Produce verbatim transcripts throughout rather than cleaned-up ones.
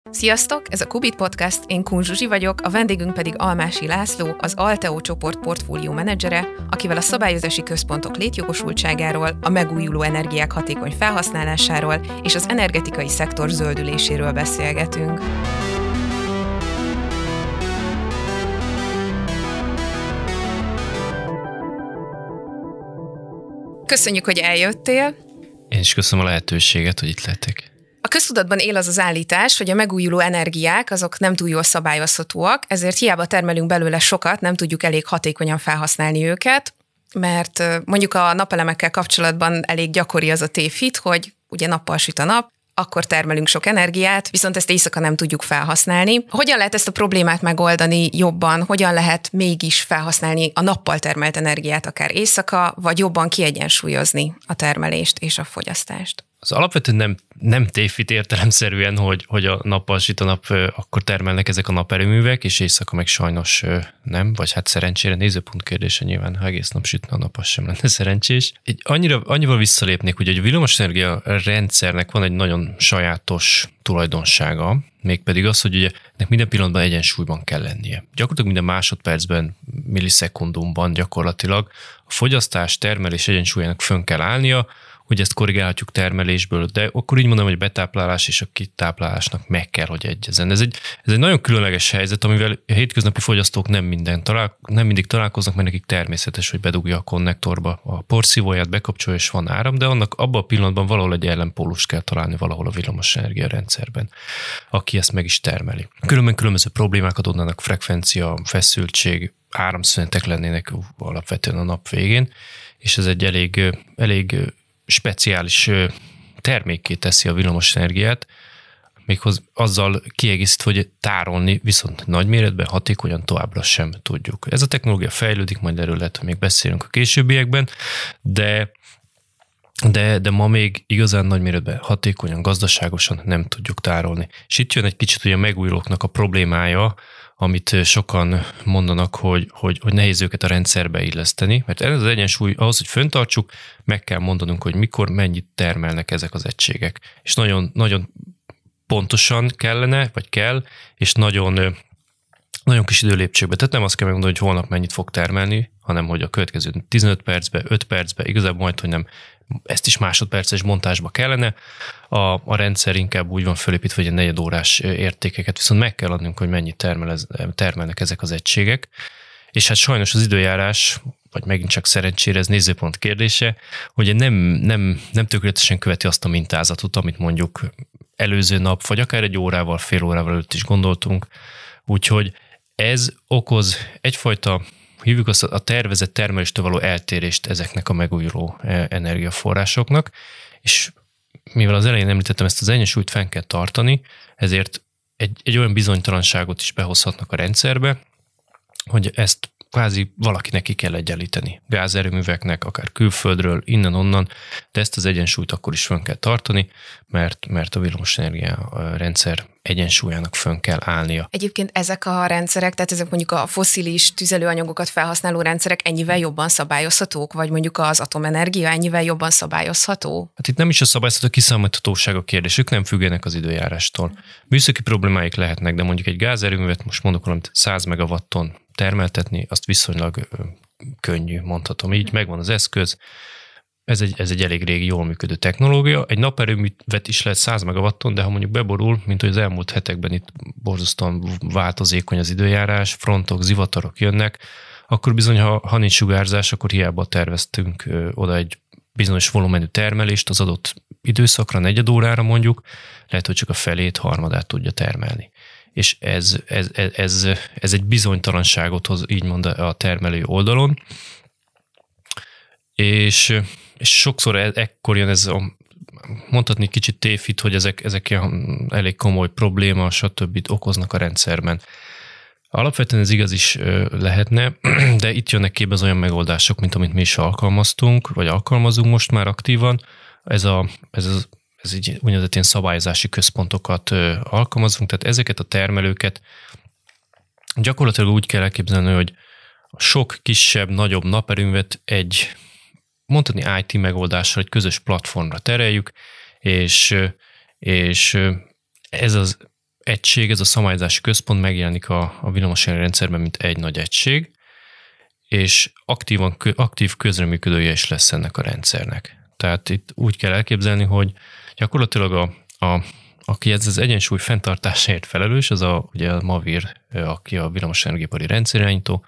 Sziasztok, ez a Kubit Podcast, én Kun Zsuzsi vagyok, a vendégünk pedig Almási László, az Alteo csoport portfólió menedzsere, akivel a szabályozási központok létjogosultságáról, a megújuló energiák hatékony felhasználásáról és az energetikai szektor zöldüléséről beszélgetünk. Köszönjük, hogy eljöttél. Én is köszönöm a lehetőséget, hogy itt lehetek. A köztudatban él az az állítás, hogy a megújuló energiák azok nem túl jól szabályozhatóak, ezért hiába termelünk belőle sokat, nem tudjuk elég hatékonyan felhasználni őket, mert mondjuk a napelemekkel kapcsolatban elég gyakori az a tévhit, hogy ugye nappal süt a nap, akkor termelünk sok energiát, viszont ezt éjszaka nem tudjuk felhasználni. Hogyan lehet ezt a problémát megoldani jobban? Hogyan lehet mégis felhasználni a nappal termelt energiát akár éjszaka, vagy jobban kiegyensúlyozni a termelést és a fogyasztást? Az alapvetően nem, nem tévhit értelemszerűen, hogy, hogy a nappal süt a nap, akkor termelnek ezek a naperőművek, és éjszaka meg sajnos nem, vagy hát szerencsére nézőpont kérdése nyilván, ha egész nap sütne a nap, az sem lenne szerencsés. Egy annyira, annyival visszalépnék, hogy a villamosenergia rendszernek van egy nagyon sajátos tulajdonsága, mégpedig az, hogy ugye ennek minden pillanatban egyensúlyban kell lennie. Gyakorlatilag minden másodpercben, millisekundumban gyakorlatilag a fogyasztás, termelés egyensúlyának fönn kell állnia, hogy ezt korrigálhatjuk termelésből, de akkor így mondom, hogy a betáplálás és a kitáplálásnak meg kell, hogy egyezzen. Ez egy, ez egy nagyon különleges helyzet, amivel a hétköznapi fogyasztók nem, minden talál, nem mindig találkoznak, mert nekik természetes, hogy bedugja a konnektorba a porszívóját, bekapcsolja, és van áram, de annak abban a pillanatban valahol egy ellenpólust kell találni valahol a villamosenergia rendszerben, aki ezt meg is termeli. Különben különböző problémákat adnának, frekvencia, feszültség, áramszünetek lennének alapvetően a nap végén, és ez egy elég, elég speciális termékké teszi a villamosenergiát, méghozzá azzal kiegészítve, hogy tárolni viszont nagy méretben, hatékonyan továbbra sem tudjuk. Ez a technológia fejlődik, majd erről lehet, hogy még beszélünk a későbbiekben, de, de, de ma még igazán nagy méretben hatékonyan, gazdaságosan nem tudjuk tárolni. És itt jön egy kicsit ugye a megújulóknak a problémája, amit sokan mondanak, hogy, hogy, hogy nehéz őket a rendszerbe illeszteni, mert ez az egyensúly, ahhoz, hogy fenntartsuk, meg kell mondanunk, hogy mikor mennyit termelnek ezek az egységek. És nagyon, nagyon pontosan kellene, vagy kell, és nagyon, nagyon kis időlépcsőkben. Tehát nem azt kell megmondani, hogy holnap mennyit fog termelni, hanem hogy a következő tizenöt percbe, öt percbe, igazából majd, hogy nem, ezt is másodperces montásba kellene. A, a rendszer inkább úgy van fölépítve, hogy a negyedórás értékeket viszont meg kell adnunk, hogy mennyit termel ez, termelnek ezek az egységek. És hát sajnos az időjárás, vagy megint csak szerencsére, ez nézőpont kérdése, hogy nem, nem, nem tökéletesen követi azt a mintázatot, amit mondjuk előző nap, vagy akár egy órával, fél órával előtt is gondoltunk. Úgyhogy ez okoz egyfajta, hívjuk azt a tervezett termeléstől való eltérést ezeknek a megújuló energiaforrásoknak, és mivel az elején említettem, ezt az egyensúlyt fenn kell tartani, ezért egy, egy olyan bizonytalanságot is behozhatnak a rendszerbe, hogy ezt kvázi valakinek ki kell egyenlíteni. Gázerőműveknek, akár külföldről, innen-onnan, de ezt az egyensúlyt akkor is fönn kell tartani, mert, mert a villamosenergia rendszer egyensúlyának fönn kell állnia. Egyébként ezek a rendszerek, tehát ezek mondjuk a fosszilis tüzelőanyagokat felhasználó rendszerek ennyivel jobban szabályozhatók, vagy mondjuk az atomenergia ennyivel jobban szabályozható? Hát itt nem is a szabályozható, a kiszámíthatóság a kérdés, ők nem függenek az időjárástól. Műszaki problémáik lehetnek, de mondjuk egy gázerőművet, most mondok valamit, száz megawatton termeltetni, azt viszonylag könnyű, mondhatom így, megvan az eszköz. Ez egy, ez egy elég régi, jól működő technológia. Egy naperőművet is lehet száz megawatton, de ha mondjuk beborul, mint hogy az elmúlt hetekben itt borzasztóan változékony az időjárás, frontok, zivatarok jönnek, akkor bizony, ha, ha nincs sugárzás, akkor hiába terveztünk ö, oda egy bizonyos volumenű termelést az adott időszakra, negyed órára mondjuk, lehet, hogy csak a felét, harmadát tudja termelni. És ez, ez, ez, ez egy bizonytalanságot hoz, így mond a termelő oldalon, és, és sokszor ekkor jön ez a, mondhatni kicsit tévhit, hogy ezek, ezek elég komoly probléma, stb. Okoznak a rendszerben. Alapvetően ez igaz is lehetne, de itt jönnek képbe az olyan megoldások, mint amit mi is alkalmaztunk, vagy alkalmazunk most már aktívan. Ez a, ez az ez így úgynevezett ilyen szabályozási központokat alkalmazunk, tehát ezeket a termelőket gyakorlatilag úgy kell elképzelni, hogy sok kisebb, nagyobb naperőművet egy, mondhatni i té megoldással egy közös platformra tereljük, és, és ez az egység, ez a szabályozási központ megjelenik a, a villamosenergia rendszerben, mint egy nagy egység, és aktívan, aktív közreműködője is lesz ennek a rendszernek. Tehát itt úgy kell elképzelni, hogy gyakorlatilag a, a, aki ez az egyensúly fenntartásáért felelős, az a, ugye a Mavir, aki a villamosenergiaipari rendszerirányító,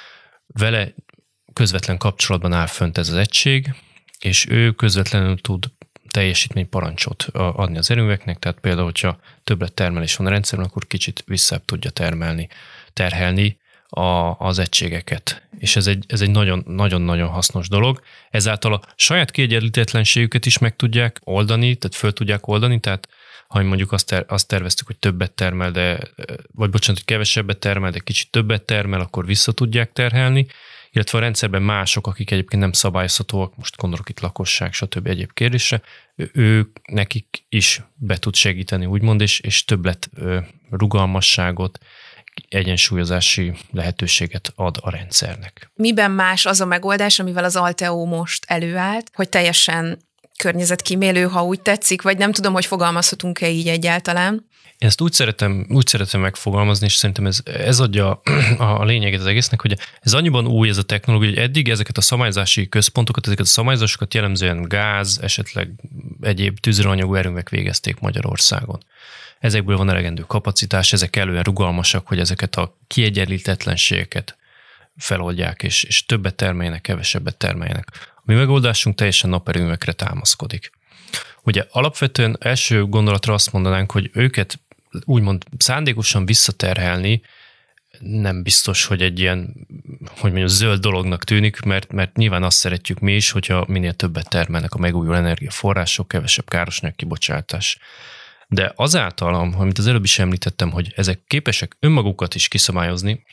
vele közvetlen kapcsolatban áll fönt ez az egység, és ő közvetlenül tud teljesítményparancsot adni az erőműveknek, tehát például, hogyha többlet termelés van a rendszerben, akkor kicsit vissza tudja termelni, terhelni a, az egységeket. És ez egy, ez egy nagyon, nagyon-nagyon hasznos dolog. Ezáltal a saját kiegyenlítetlenségüket is meg tudják oldani, tehát föl tudják oldani, tehát ha mondjuk azt, ter, azt terveztük, hogy többet termel, de, vagy bocsánat, hogy kevesebbet termel, de kicsit többet termel, akkor vissza tudják terhelni, illetve a rendszerben mások, akik egyébként nem szabályozhatóak, most gondolok itt lakosság, stb. Egyéb kérdésre, ők nekik is be tud segíteni, úgymond, és, és többlet rugalmasságot, egyensúlyozási lehetőséget ad a rendszernek. Miben más az a megoldás, amivel az Alteo most előállt, hogy teljesen környezetkímélő, ha úgy tetszik, vagy nem tudom, hogy fogalmazhatunk-e így egyáltalán? Én ezt úgy szeretem, úgy szeretem megfogalmazni, és szerintem ez, ez adja a lényeget az egésznek, hogy ez annyiban új ez a technológia, hogy eddig ezeket a szabályozási központokat, ezeket a szabályozásokat jellemzően gáz, esetleg egyéb tüzelőanyagú erőművek végezték Magyarországon. Ezekből van elegendő kapacitás, ezek elően rugalmasak, hogy ezeket a kiegyenlítetlenségeket feloldják, és, és többet termeljenek, kevesebbet termeljenek. A mi megoldásunk teljesen naperőművekre támaszkodik. Ugye alapvetően első gondolatra azt mondanánk, hogy őket úgymond szándékosan visszaterhelni nem biztos, hogy egy ilyen, hogy mondjam, zöld dolognak tűnik, mert, mert nyilván azt szeretjük mi is, hogyha minél többet termelnek a megújuló energiaforrások, kevesebb károsanyag kibocsátás. De azáltal, amit az előbb is említettem, hogy ezek képesek önmagukat is kiszabályozni,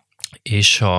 és a,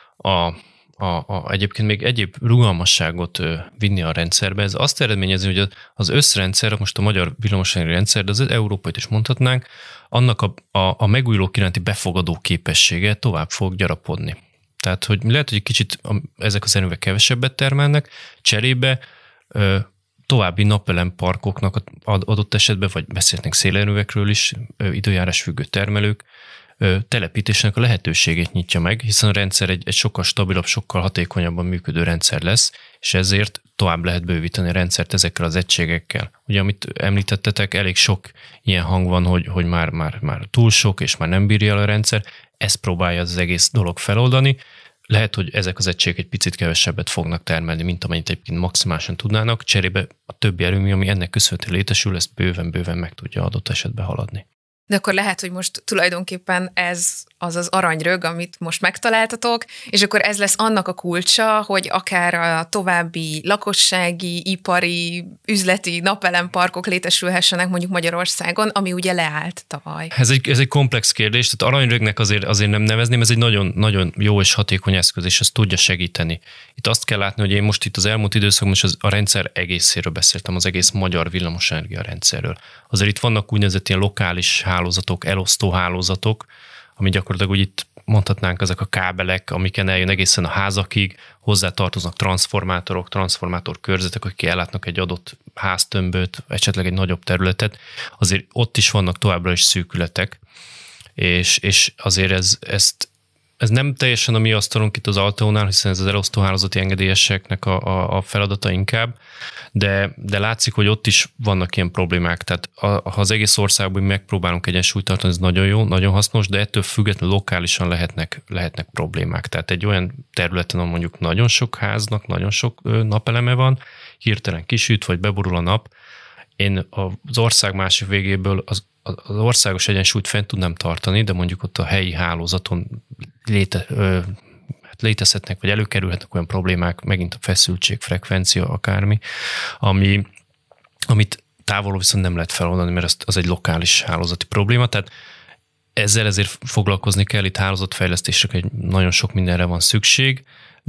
a A, a, egyébként még egyéb rugalmasságot ö, vinni a rendszerbe. Ez azt eredményezi, hogy az összrendszer, most a magyar villamosenergia rendszer, de az európait is mondhatnánk, annak a, a, a megújulók iránti befogadó képessége tovább fog gyarapodni. Tehát, hogy lehet, hogy egy kicsit a, ezek az erőművek kevesebbet termelnek, cserébe ö, további napelemparkoknak adott esetben, vagy beszélhetnénk szélerőművekről is, ö, időjárás függő termelők, telepítésnek a lehetőségét nyitja meg, hiszen a rendszer egy, egy sokkal stabilabb, sokkal hatékonyabban működő rendszer lesz, és ezért tovább lehet bővíteni a rendszert ezekkel az egységekkel. Ugye, amit említettetek, elég sok ilyen hang van, hogy, hogy már, már, már túl sok, és már nem bírja el a rendszer, ezt próbálja az egész dolog feloldani. Lehet, hogy ezek az egységek egy picit kevesebbet fognak termelni, mint amennyit egyébként maximálisan tudnának, cserébe a többi erőmű, ami ennek köszönhetően létesül, ezt bőven-bőven meg tudja adott esetben haladni. De akkor lehet, hogy most tulajdonképpen ez az az aranyrög, amit most megtaláltatok, és akkor ez lesz annak a kulcsa, hogy akár a további lakossági, ipari, üzleti napelemparkok létesülhessenek mondjuk Magyarországon, ami ugye leállt tavaly. Ez egy, ez egy komplex kérdés, tehát aranyrögnek azért, azért nem nevezném, ez egy nagyon, nagyon jó és hatékony eszköz, és ez tudja segíteni. Itt azt kell látni, hogy én most itt az elmúlt időszakban is az, a rendszer egészéről beszéltem, az egész magyar villamosenergia rendszerről. Azért itt vannak úgynevezett ilyen lokális hálózatok, elosztó hálózatok, ami gyakorlatilag úgy itt mondhatnánk ezek a kábelek, amiken eljön egészen a házakig, hozzá tartoznak transformátorok, transformátorkörzetek, akik ellátnak egy adott háztömböt, esetleg egy nagyobb területet. Azért ott is vannak továbbra is szűkületek, és, és azért ez, ezt, ez nem teljesen a mi asztalunk itt az Alteónál, hiszen ez az elosztóhálózati engedélyeseknek a, a, a feladata inkább, de, de látszik, hogy ott is vannak ilyen problémák. Tehát a, ha az egész országban megpróbálunk egyensúlyt tartani, ez nagyon jó, nagyon hasznos, de ettől függetlenül lokálisan lehetnek, lehetnek problémák. Tehát egy olyan területen, ahol mondjuk nagyon sok háznak, nagyon sok napeleme van, hirtelen kisüt, vagy beborul a nap, én az ország másik végéből az, az országos egyensúlyt fent tudnám tartani, de mondjuk ott a helyi hálózaton léte, ö, létezhetnek, vagy előkerülhetnek olyan problémák, megint a feszültség, frekvencia, akármi, ami, amit távolról viszont nem lehet feloldani, mert az, az egy lokális hálózati probléma, tehát ezzel ezért foglalkozni kell, itt hálózatfejlesztésre, egy nagyon sok mindenre van szükség,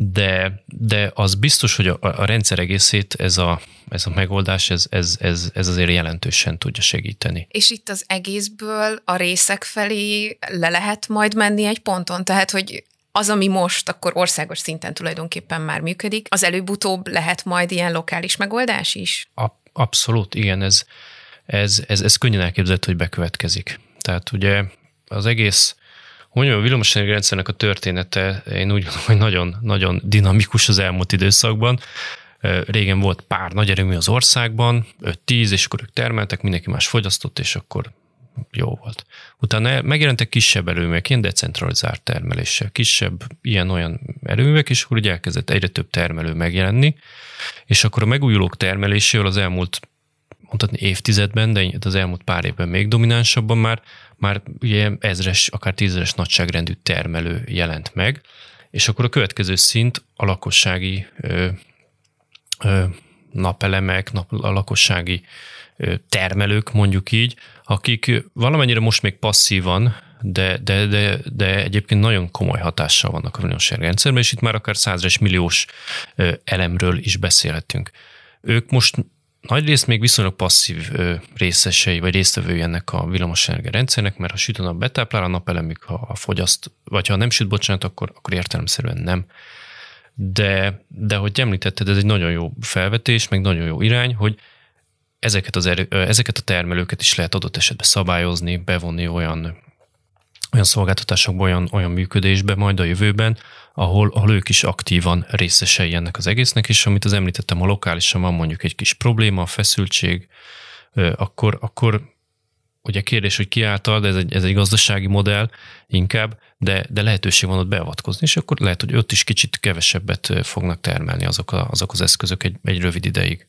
de, de az biztos, hogy a, a rendszer egészét ez a, ez a megoldás, ez, ez, ez, ez azért jelentősen tudja segíteni. És itt az egészből a részek felé le lehet majd menni egy ponton? Tehát, hogy az, ami most akkor országos szinten tulajdonképpen már működik, az előbb-utóbb lehet majd ilyen lokális megoldás is? A, abszolút, igen, ez, ez, ez, ez könnyen elképzelhető, hogy bekövetkezik. Tehát ugye az egész, hogy a villamosenergia rendszernek a története, én úgy gondolom, hogy nagyon, nagyon dinamikus az elmúlt időszakban. Régen volt pár nagy erőmű az országban, öt-tíz, és akkor ők termeltek, mindenki más fogyasztott, és akkor jó volt. Utána megjelentek kisebb erőművek, ilyen decentralizált termeléssel, kisebb ilyen-olyan erőművek, és akkor ugye elkezdett egyre több termelő megjelenni, és akkor a megújulók termelésével az elmúlt, mondhatni évtizedben, de az elmúlt pár évben még dominánsabban már, már ugye ezres, akár tízezeres nagyságrendű termelő jelent meg, és akkor a következő szint a lakossági ö, ö, napelemek, nap, a lakossági ö, termelők, mondjuk így, akik valamennyire most még passzívan, de, de, de, de egyébként nagyon komoly hatással vannak a villamosenergia rendszerben, és itt már akár százas milliós ö, elemről is beszélhetünk. Ők most nagyrészt még viszonylag passzív ö, részesei, vagy résztvevői ennek a villamosenergia rendszernek, mert ha süt a nap, betáplál a napelemük, ha a fogyaszt, vagy ha nem süt, bocsánat, akkor, akkor értelemszerűen nem. De, de hogy említetted, ez egy nagyon jó felvetés, meg nagyon jó irány, hogy ezeket, az erő, ezeket a termelőket is lehet adott esetben szabályozni, bevonni olyan, olyan szolgáltatásokba, olyan, olyan működésbe majd a jövőben, ahol, ahol ők is aktívan részesei ennek az egésznek, és amit az említettem, ha lokálisan van mondjuk egy kis probléma, feszültség, akkor, akkor ugye kérdés, hogy ki által, de ez egy, ez egy gazdasági modell inkább, de, de lehetőség van ott beavatkozni, és akkor lehet, hogy ott is kicsit kevesebbet fognak termelni azok, a, azok az eszközök egy, egy rövid ideig.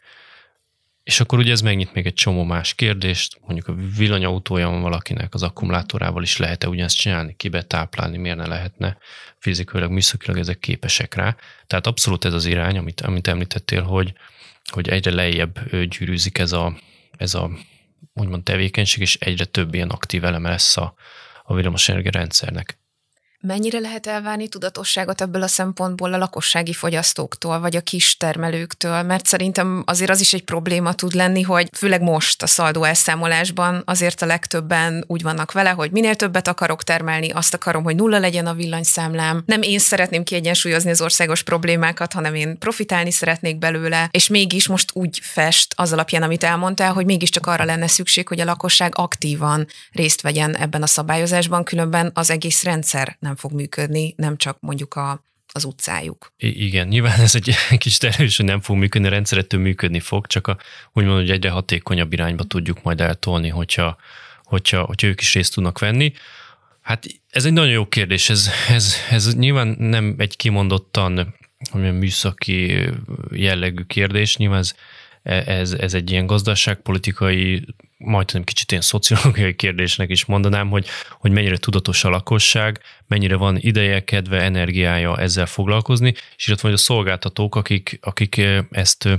És akkor ugye ez megnyit még egy csomó más kérdést, mondjuk a villanyautója van valakinek, az akkumulátorával is lehet-e ugyanezt csinálni, kibetáplálni, miért ne lehetne, fizikailag, műszakilag ezek képesek rá. Tehát abszolút ez az irány, amit, amit említettél, hogy, hogy egyre lejjebb gyűrűzik ez a, ez a úgymond tevékenység, és egyre több ilyen aktív eleme lesz a, a villamosenergia rendszernek. Mennyire lehet elvárni tudatosságot ebből a szempontból a lakossági fogyasztóktól, vagy a kis termelőktől? Mert szerintem azért az is egy probléma tud lenni, hogy főleg most a szaldó elszámolásban azért a legtöbben úgy vannak vele, hogy minél többet akarok termelni, azt akarom, hogy nulla legyen a villanyszámlám. Nem én szeretném kiegyensúlyozni az országos problémákat, hanem én profitálni szeretnék belőle, és mégis most úgy fest az alapján, amit elmondtál, hogy mégiscsak arra lenne szükség, hogy a lakosság aktívan részt vegyen ebben a szabályozásban, különben az egész rendszer nem fog működni, nem csak mondjuk a, az utcájuk. I- igen, nyilván ez egy kicsit erős, hogy nem fog működni, a rendszer ettől működni fog, csak a, úgy mondom, hogy egyre hatékonyabb irányba tudjuk majd eltolni, hogyha, hogyha, hogyha ők is részt tudnak venni. Hát ez egy nagyon jó kérdés, ez, ez, ez nyilván nem egy kimondottan műszaki jellegű kérdés, nyilván ez, ez, ez egy ilyen gazdaságpolitikai, majdnem kicsit ilyen szociológiai kérdésnek is mondanám, hogy, hogy mennyire tudatos a lakosság, mennyire van ideje, kedve, energiája ezzel foglalkozni, és illetve a szolgáltatók, akik, akik ezt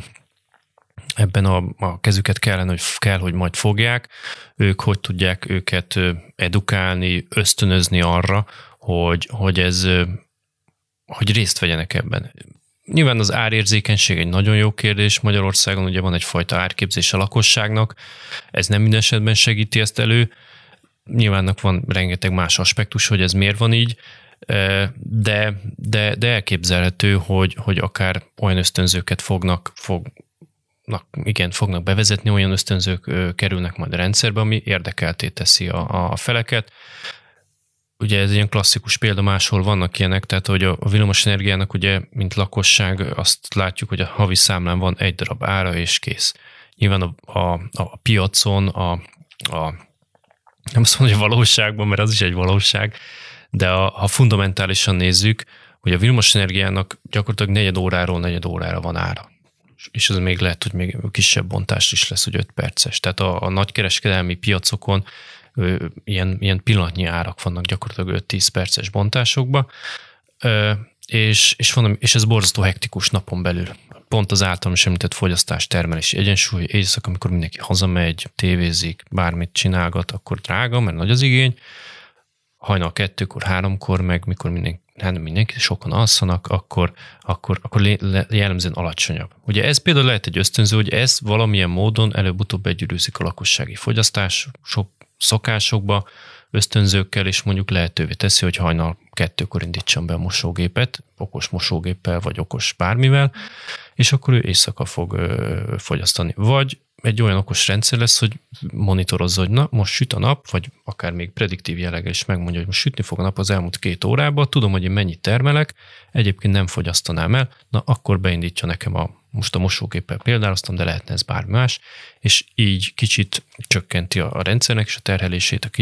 ebben a, a kezüket kellene, hogy kell, hogy majd fogják, ők hogy tudják őket edukálni, ösztönözni arra, hogy, hogy ez, hogy részt vegyenek ebben. Nyilván az árérzékenység egy nagyon jó kérdés. Magyarországon ugye van egyfajta árképzés a lakosságnak, ez nem minden esetben segíti ezt elő. Nyilvánnak van rengeteg más aspektus, hogy ez miért van így, de, de, de elképzelhető, hogy, hogy akár olyan ösztönzőket fognak, fognak, igen, fognak bevezetni, olyan ösztönzők kerülnek majd a rendszerbe, ami érdekelté teszi a, a feleket. Ugye ez ilyen klasszikus példa, máshol vannak ilyenek, tehát hogy a villamosenergiának ugye, mint lakosság, azt látjuk, hogy a havi számlán van egy darab ára és kész. Nyilván a, a, a piacon, a, a nem azt mondom, hogy a valóságban, mert az is egy valóság, de a, ha fundamentálisan nézzük, hogy a villamosenergiának gyakorlatilag negyed óráról negyed órára van ára. És ez még lehet, hogy még kisebb bontás is lesz, hogy öt perces. Tehát a, a nagykereskedelmi piacokon Ilyen, ilyen pillanatnyi árak vannak gyakorlatilag öt-tíz perces bontásokba, és, és, van, és ez borzasztó hektikus napon belül. Pont az általam is említett fogyasztás, termelési egyensúly, éjszaka, amikor mindenki hazamegy, tévézik, bármit csinálgat, akkor drága, mert nagy az igény. Hajnal kettőkor, háromkor, meg mikor mindenki, hát mindenki, sokan alszanak, akkor, akkor, akkor jellemzően alacsonyabb. Ugye ez például lehet egy ösztönző, hogy ez valamilyen módon előbb-utóbb begyűrűzik a lakossági fogyasztás, sok szokásokba, ösztönzőkkel, és mondjuk lehetővé teszi, hogy hajnal kettőkor indítsam be a mosógépet, okos mosógéppel, vagy okos bármivel, és akkor ő éjszaka fog ö, fogyasztani. Vagy egy olyan okos rendszer lesz, hogy monitorozza, hogy na, most süt a nap, vagy akár még prediktív jelleggel is megmondja, hogy most sütni fog a nap az elmúlt két órában, tudom, hogy én mennyit termelek, egyébként nem fogyasztanám el, na akkor beindítja nekem a, most a mosógéppel példáloztam, de lehetne ez bármi más, és így kicsit csökkenti a, a rendszernek és a terhelését, a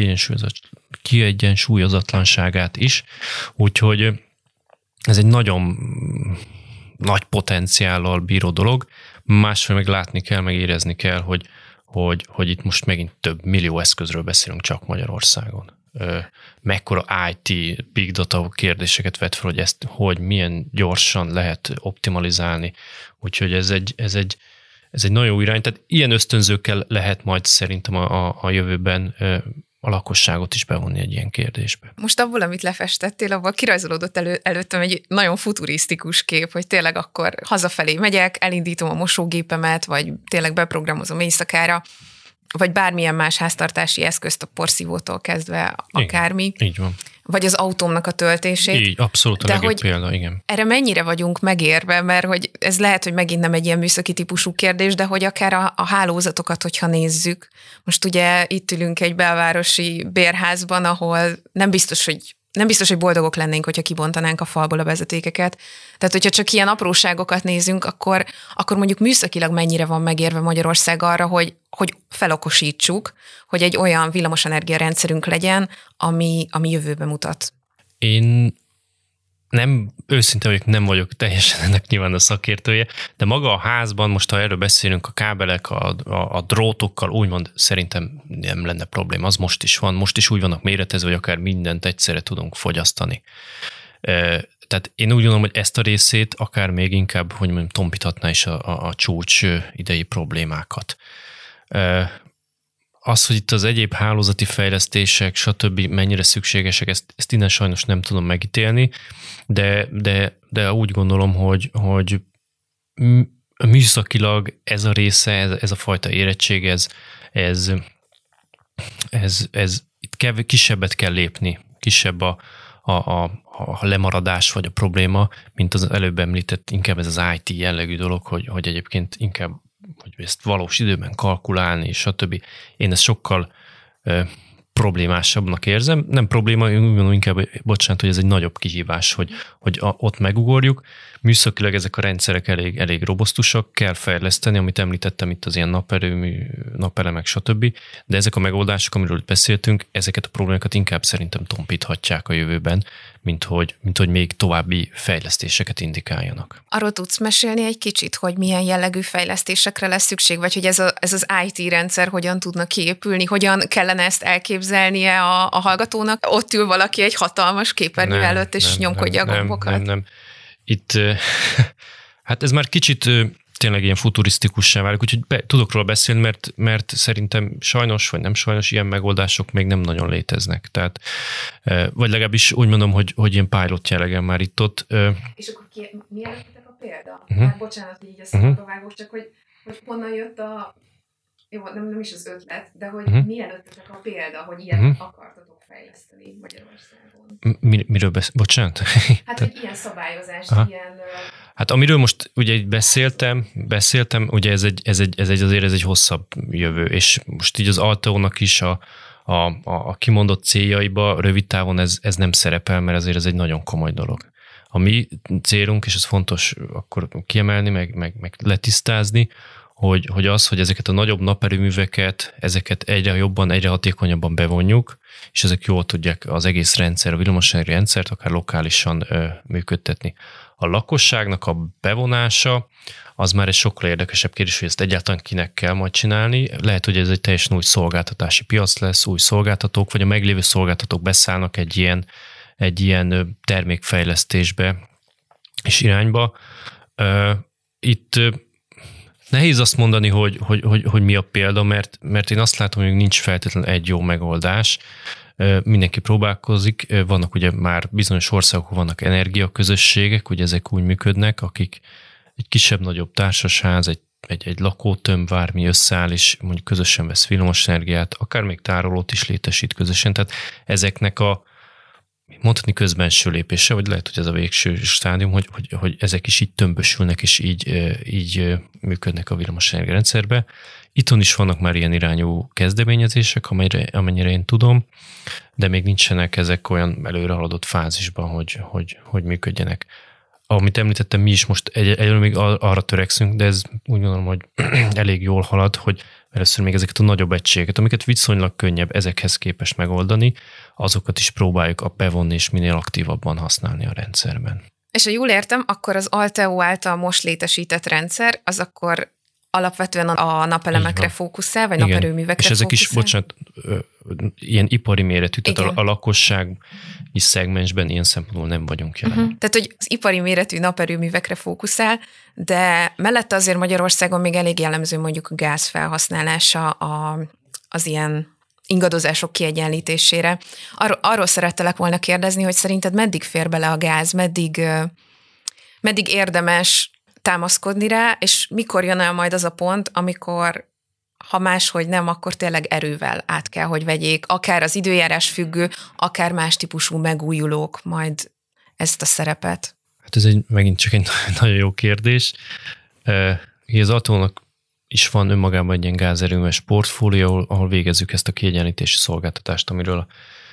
kiegyensúlyozatlanságát is, úgyhogy ez egy nagyon nagy potenciállal bíró dolog, másfél meg látni kell, meg érezni kell, hogy, hogy, hogy itt most megint több millió eszközről beszélünk csak Magyarországon. Mekkora i té, big data kérdéseket vet fel, hogy ezt hogy milyen gyorsan lehet optimalizálni. Úgyhogy ez egy, ez egy, ez egy nagyon jó irány. Tehát ilyen ösztönzőkkel lehet majd szerintem a, a, a jövőben a lakosságot is bevonni egy ilyen kérdésbe. Most abból, amit lefestettél, abból kirajzolódott elő, előttem egy nagyon futurisztikus kép, hogy tényleg akkor hazafelé megyek, elindítom a mosógépemet, vagy tényleg beprogramozom éjszakára, vagy bármilyen más háztartási eszközt, a porszívótól kezdve akármi. Igen, így van. Vagy az autómnak a töltését. Így, abszolút a legjobb példa, igen. Erre mennyire vagyunk megérve, mert hogy ez lehet, hogy megint nem egy ilyen műszaki típusú kérdés, de hogy akár a, a hálózatokat, hogyha nézzük. Most ugye itt ülünk egy belvárosi bérházban, ahol nem biztos, hogy nem biztos, hogy boldogok lennénk, hogyha kibontanánk a falból a vezetékeket. Tehát, hogyha csak ilyen apróságokat nézünk, akkor, akkor mondjuk műszakilag mennyire van megérve Magyarország arra, hogy, hogy felokosítsuk, hogy egy olyan villamosenergia rendszerünk legyen, ami, ami jövőbe mutat. Én nem, őszinte vagyok, nem vagyok teljesen ennek nyilván a szakértője, de maga a házban, most ha erről beszélünk, a kábelek, a, a, a drótokkal, úgymond szerintem nem lenne probléma. Az most is van, most is úgy vannak méretezve, hogy akár mindent egyszerre tudunk fogyasztani. Tehát én úgy gondolom, hogy ezt a részét akár még inkább, hogy mondjam, tompíthatná is a, a, a csúcs idei problémákat. Az, hogy itt az egyéb hálózati fejlesztések, stb. Mennyire szükségesek, ezt, ezt innen sajnos nem tudom megítélni, de, de, de úgy gondolom, hogy, hogy műszakilag ez a része, ez, ez a fajta érettség, ez, ez, ez, ez itt kev, kisebbet kell lépni, kisebb a, a, a, a lemaradás vagy a probléma, mint az előbb említett, inkább ez az i té jellegű dolog, hogy, hogy egyébként inkább hogy ezt valós időben kalkulálni, és stb. Én ezt sokkal ö, problémásabbnak érzem. Nem probléma, én úgy mondom inkább, bocsánat, hogy ez egy nagyobb kihívás, hogy, hogy a, ott megugorjuk. Műszakilag ezek a rendszerek elég, elég robosztusak, kell fejleszteni, amit említettem itt az ilyen naperőmű, napelemek, stb. De ezek a megoldások, amiről beszéltünk, ezeket a problémákat inkább szerintem tompíthatják a jövőben, mint hogy, mint hogy még további fejlesztéseket indikáljanak. Arról tudsz mesélni egy kicsit, hogy milyen jellegű fejlesztésekre lesz szükség, vagy hogy ez, a, ez az i té rendszer hogyan tudna kiépülni, hogyan kellene ezt elképzelnie a, a hallgatónak? Ott ül valaki egy hatalmas képernyő nem, előtt, és nem, nyomkodja nem, a gombokat? Nem, nem, nem. Itt, hát ez már kicsit tényleg ilyen futurisztikussá válik, úgyhogy be, tudok róla beszélni, mert, mert szerintem sajnos, vagy nem sajnos, ilyen megoldások még nem nagyon léteznek. Tehát, vagy legalábbis úgy mondom, hogy, hogy ilyen pilot jellegen már itt-ott. És akkor ki, milyen a példa? Uh-huh. Hát bocsánat, így a szabadba vágok, csak hogy, hogy honnan jött a, jó, nem, nem is az ötlet, de hogy uh-huh. milyen ötletek a példa, hogy ilyet uh-huh. akartatok fejleszteni Magyarországon? Mir, miről beszél? Bocsánat? Hát, hogy ilyen szabályozás, Aha. ilyen... Hát amiről most ugye beszéltem, beszéltem, ugye ez egy, ez egy, ez egy azért ez egy hosszabb jövő, és most így az Alteónak is a, a, a, a kimondott céljaiba rövid távon ez, ez nem szerepel, mert azért ez egy nagyon komoly dolog. A mi célunk, és ez fontos akkor kiemelni, meg, meg, meg letisztázni, hogy, hogy az, hogy ezeket a nagyobb naperőműveket, ezeket egyre jobban, egyre hatékonyabban bevonjuk, és ezek jól tudják az egész rendszer, a villamosenergia rendszert akár lokálisan ö, működtetni. A lakosságnak a bevonása az már egy sokkal érdekesebb kérdés, hogy ezt egyáltalán kinek kell majd csinálni. Lehet, hogy ez egy teljesen új szolgáltatási piac lesz, új szolgáltatók, vagy a meglévő szolgáltatók beszállnak egy ilyen, egy ilyen termékfejlesztésbe és irányba. Itt nehéz azt mondani, hogy, hogy, hogy, hogy mi a példa, mert, mert én azt látom, hogy nincs feltétlenül egy jó megoldás. Mindenki próbálkozik, vannak ugye már bizonyos országok, vannak energiaközösségek, ugye ezek úgy működnek, akik egy kisebb-nagyobb társasház, egy, egy, egy lakótömb, bármi összeáll, és mondjuk közösen vesz villamosenergiát, akár még tárolót is létesít közösen. Tehát ezeknek a mondhatni közbenső lépése, vagy lehet, hogy ez a végső stádium, hogy, hogy, hogy ezek is így tömbösülnek, és így, így működnek a villamosenergia rendszerbe. Itthon is vannak már ilyen irányú kezdeményezések, amennyire, amennyire én tudom, de még nincsenek ezek olyan előre haladott fázisban, hogy, hogy, hogy működjenek. Amit említettem, mi is most egy, egyről még arra törekszünk, de ez úgy gondolom, hogy elég jól halad, hogy először még ezeket a nagyobb egységeket, amiket viszonylag könnyebb ezekhez képest megoldani, azokat is próbáljuk bevonni és minél aktívabban használni a rendszerben. És ha jól értem, akkor az Alteo által most létesített rendszer, az akkor alapvetően a napelemekre fókuszál, vagy igen. naperőművekre és ezek fókuszál? is, bocsánat, ilyen ipari méretű, tehát a, a lakossági szegmensben ilyen szempontból nem vagyunk jelen. Uh-huh. Tehát, hogy az ipari méretű naperőművekre fókuszál, de mellette azért Magyarországon még elég jellemző mondjuk a gáz felhasználása a, az ilyen ingadozások kiegyenlítésére. Arról, arról szerettelek volna kérdezni, hogy szerinted meddig fér bele a gáz, meddig, meddig érdemes támaszkodni rá, és mikor jön el majd az a pont, amikor ha máshogy nem, akkor tényleg erővel át kell, hogy vegyék, akár az időjárás függő, akár más típusú megújulók majd ezt a szerepet. Hát ez egy, megint csak egy nagyon jó kérdés. Az Alteónak is van önmagában egy ilyen gázerőműves portfólió, ahol végezzük ezt a kiegyenlítési szolgáltatást, amiről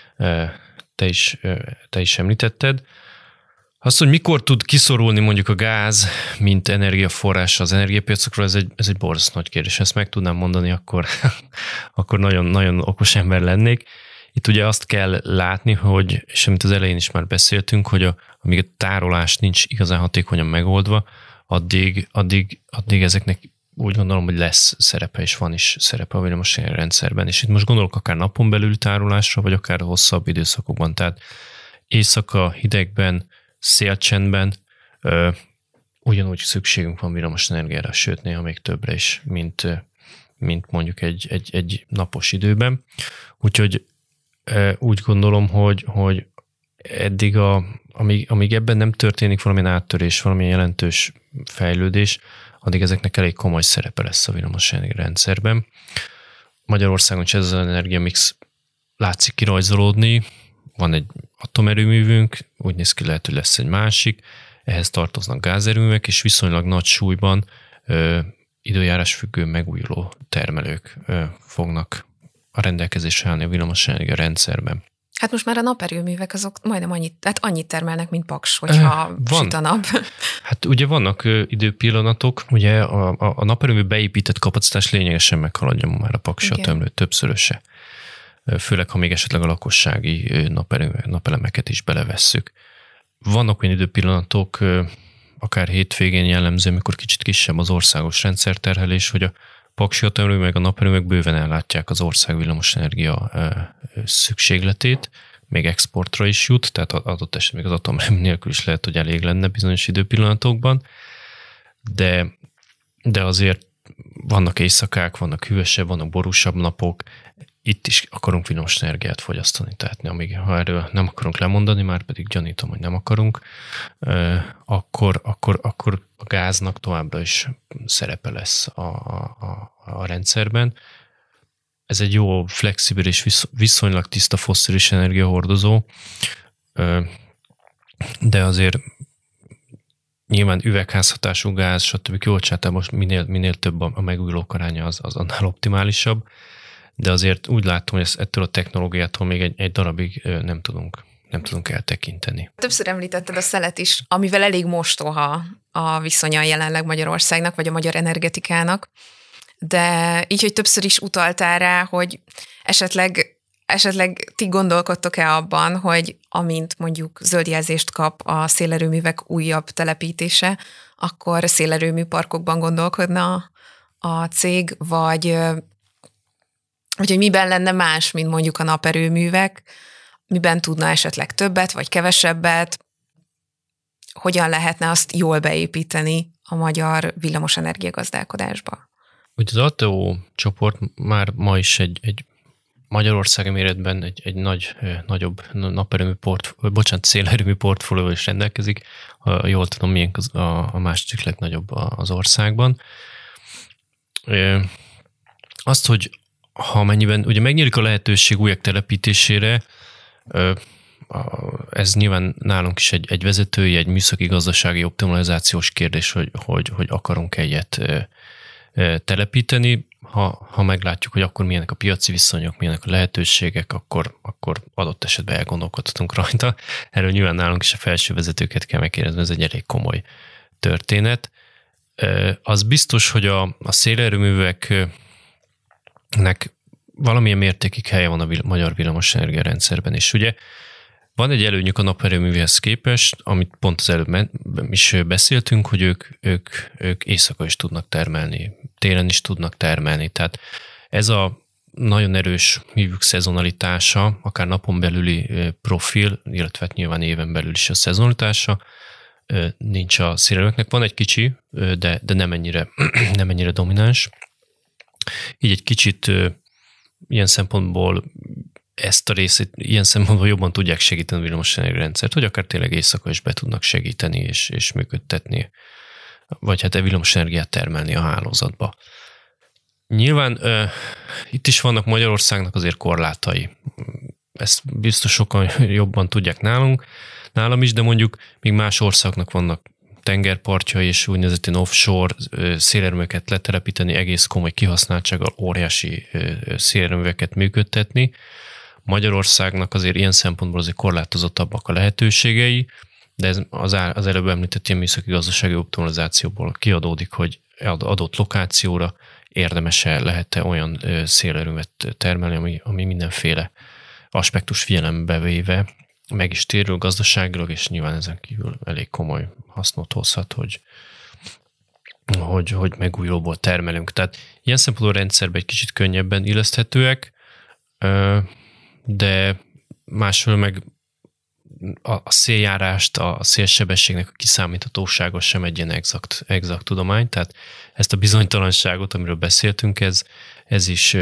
te is, te is említetted. Azt, hogy mikor tud kiszorulni mondjuk a gáz, mint energiaforrás az energiapiacokról, ez egy, ez egy borzasztó nagy kérdés. Ezt meg tudnám mondani, akkor, akkor nagyon, nagyon okos ember lennék. Itt ugye azt kell látni, hogy, és amit az elején is már beszéltünk, hogy a, amíg a tárolás nincs igazán hatékonyan megoldva, addig, addig, addig ezeknek úgy gondolom, hogy lesz szerepe, és van is szerepe a villamosenergia rendszerben. És itt most gondolok akár napon belüli tárolásra, vagy akár hosszabb időszakokban. Tehát éjszaka, hidegben, szélcsendben ö, ugyanúgy szükségünk van villamosenergiára, sőt néha még többre is, mint, mint mondjuk egy, egy, egy napos időben. Úgyhogy ö, úgy gondolom, hogy, hogy eddig, a, amíg, amíg ebben nem történik valamilyen áttörés, valamilyen jelentős fejlődés, addig ezeknek elég komoly szerepe lesz a villamosenergia rendszerben. Magyarországon is ez az energiamix látszik kirajzolódni, van egy atomerőművünk, úgy néz ki, lehet, hogy lesz egy másik, ehhez tartoznak gázerőművek, és viszonylag nagy súlyban ö, időjárás függő megújuló termelők ö, fognak a rendelkezésre állni a villamosenergia rendszerben. Hát most már a naperőművek azok majdnem annyit, hát annyit termelnek, mint Paks, hogyha van. Süt a nap. Hát ugye vannak ö, időpillanatok, ugye a, a, a naperőmű beépített kapacitás lényegesen meghaladja már a Paksi atomlő többszöröse. Főleg, ha még esetleg a lakossági napelemeket is belevesszük. Vannak olyan időpillanatok, akár hétvégén jellemző, amikor kicsit kisebb az országos rendszerterhelés, hogy a Paksi atomerőmű meg a naperőművek bőven ellátják az ország villamosenergia szükségletét, még exportra is jut, tehát adott esetben még az atomerőmű nélkül is lehet, hogy elég lenne bizonyos időpillanatokban, de, de azért vannak éjszakák, vannak hűvösebb, vannak borúsabb napok, itt is akarunk villamosenergiát fogyasztani, tehát amíg, ha erről nem akarunk lemondani, már pedig gyanítom, hogy nem akarunk, akkor, akkor, akkor a gáznak továbbra is szerepe lesz a, a, a rendszerben. Ez egy jó, flexibilis, viszonylag tiszta fosszilis energiahordozó, de azért nyilván üvegházhatású gáz, stb. Kibocsátás most minél, minél több a megújulók aránya, az, az annál optimálisabb, de azért úgy látom, hogy ettől a technológiától még egy, egy darabig nem tudunk, nem tudunk eltekinteni. Többször említetted a szelet is, amivel elég mostoha a viszonya jelenleg Magyarországnak, vagy a magyar energetikának, de így, hogy többször is utaltál rá, hogy esetleg, esetleg ti gondolkodtok-e abban, hogy amint mondjuk zöldjelzést kap a szélerőművek újabb telepítése, akkor szélerőmű parkokban gondolkodna a cég, vagy hogy miben lenne más, mint mondjuk a naperőművek, miben tudna esetleg többet, vagy kevesebbet, hogyan lehetne azt jól beépíteni a magyar villamosenergia gazdálkodásba. Ugye az Alteo csoport már ma is egy, egy Magyarországi méretben egy, egy nagy, nagyobb naperőmű portfólió, bocsánat, szélerőmű portfólió is rendelkezik. Ha jól tudom, milyen a, a második legnagyobb az országban. Azt, hogy ha mennyiben ugye megnyílik a lehetőség újak telepítésére, ez nyilván nálunk is egy, egy vezetői, egy műszaki gazdasági optimalizációs kérdés, hogy, hogy, hogy akarunk egyet telepíteni. Ha, ha meglátjuk, hogy akkor milyenek a piaci viszonyok, milyenek a lehetőségek, akkor, akkor adott esetben elgondolkodhatunk rajta. Erről nyilván nálunk is a felső vezetőket kell megkérdezni, ez egy elég komoly történet. Az biztos, hogy a, a szélerőműveknek valamilyen mértékig helye van a vil- magyar villamosenergia rendszerben, és ugye van egy előnyük a naperőművéhez képest, amit pont az előbb is beszéltünk, hogy ők, ők, ők éjszaka is tudnak termelni, télen is tudnak termelni. Tehát ez a nagyon erős hívjuk szezonalitása, akár napon belüli profil, illetve nyilván éven belül is a szezonalitása, nincs a szélerőműveknek. Van egy kicsi, de, de nem, ennyire, nem ennyire domináns. Így egy kicsit ilyen szempontból ezt a részét ilyen szempontból jobban tudják segíteni a villamosenergia rendszert, hogy akár tényleg éjszaka is be tudnak segíteni és, és működtetni, vagy hát a villamosenergiát termelni a hálózatba. Nyilván uh, itt is vannak Magyarországnak azért korlátai. Ezt biztos sokan jobban tudják nálunk, nálam is, de mondjuk még más országnak vannak tengerpartjai és úgynevezett offshore szélerőműveket letelepíteni, egész komoly kihasználtsággal óriási szélerőműveket működtetni. Magyarországnak azért ilyen szempontból azért korlátozottabbak a lehetőségei, de ez az, az előbb említett ilyen műszaki gazdasági optimalizációból kiadódik, hogy adott lokációra érdemes-e, lehet-e olyan szélerőművet termelni, ami, ami mindenféle aspektus figyelembe véve meg is térül gazdaságilag, és nyilván ezen kívül elég komoly hasznot hozhat, hogy, hogy, hogy megújulóból termelünk. Tehát ilyen szempontból a rendszerben egy kicsit könnyebben illeszthetőek, de másról meg a széljárást, a szélsebességnek a kiszámíthatósága sem egy ilyen exakt, exakt tudomány, tehát ezt a bizonytalanságot, amiről beszéltünk, ez, ez is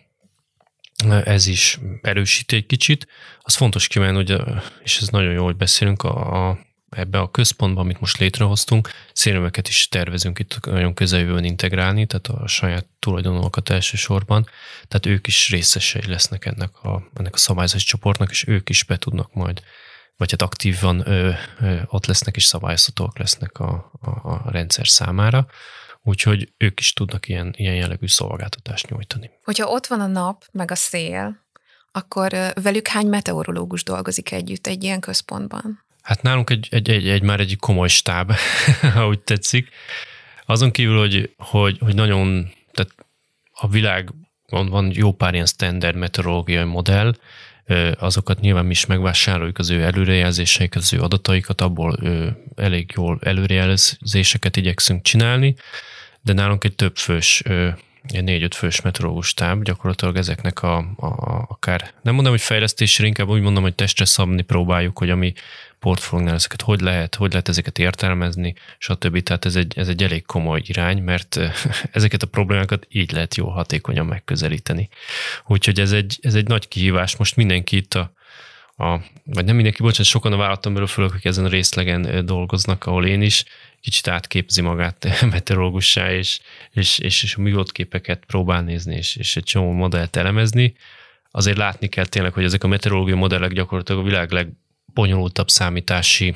ez is erősíti egy kicsit. Az fontos kívánni, hogy, és ez nagyon jó, hogy beszélünk a, a, ebbe a központban, amit most létrehoztunk, szélerőműveket is tervezünk itt nagyon közeljövőben integrálni, tehát a saját tulajdonokat elsősorban, tehát ők is részesei lesznek ennek a, ennek a szabályzási csoportnak, és ők is be tudnak majd, vagy hát aktívan ö, ö, ott lesznek, és szabályozhatóak lesznek a, a, a rendszer számára. Úgyhogy ők is tudnak ilyen, ilyen jellegű szolgáltatást nyújtani. Hogyha ott van a nap, meg a szél, akkor velük hány meteorológus dolgozik együtt egy ilyen központban? Hát nálunk egy, egy, egy, egy már egy komoly stáb, ahogy tetszik. Azon kívül, hogy, hogy, hogy nagyon, tehát a világon van jó pár ilyen standard meteorológiai modell, azokat nyilván mi is megvásároljuk, az ő előrejelzéseiket, az ő adataikat, abból elég jól előrejelzéseket igyekszünk csinálni, de nálunk egy több fős, egy négy-öt fős meteorológus stáb, gyakorlatilag ezeknek a, a, akár, nem mondom, hogy fejlesztésre, inkább úgy mondom, hogy testre szabni próbáljuk, hogy a mi portfóliónál ezeket hogy lehet, hogy lehet ezeket értelmezni, stb. Tehát ez egy, ez egy elég komoly irány, mert ezeket a problémákat így lehet jól hatékonyan megközelíteni. Úgyhogy ez egy, ez egy nagy kihívás. Most mindenki itt a, a vagy nem mindenki, bocsánat, sokan a vállalaton belül fölök, akik ezen a részlegen dolgoznak, ahol én is, kicsit átképzi magát meteorológussá, és, és, és, és a műholdképeket próbál nézni, és, és egy csomó modellt elemezni. Azért látni kell tényleg, hogy ezek a meteorológiai modellek gyakorlatilag a világ legbonyolultabb számítási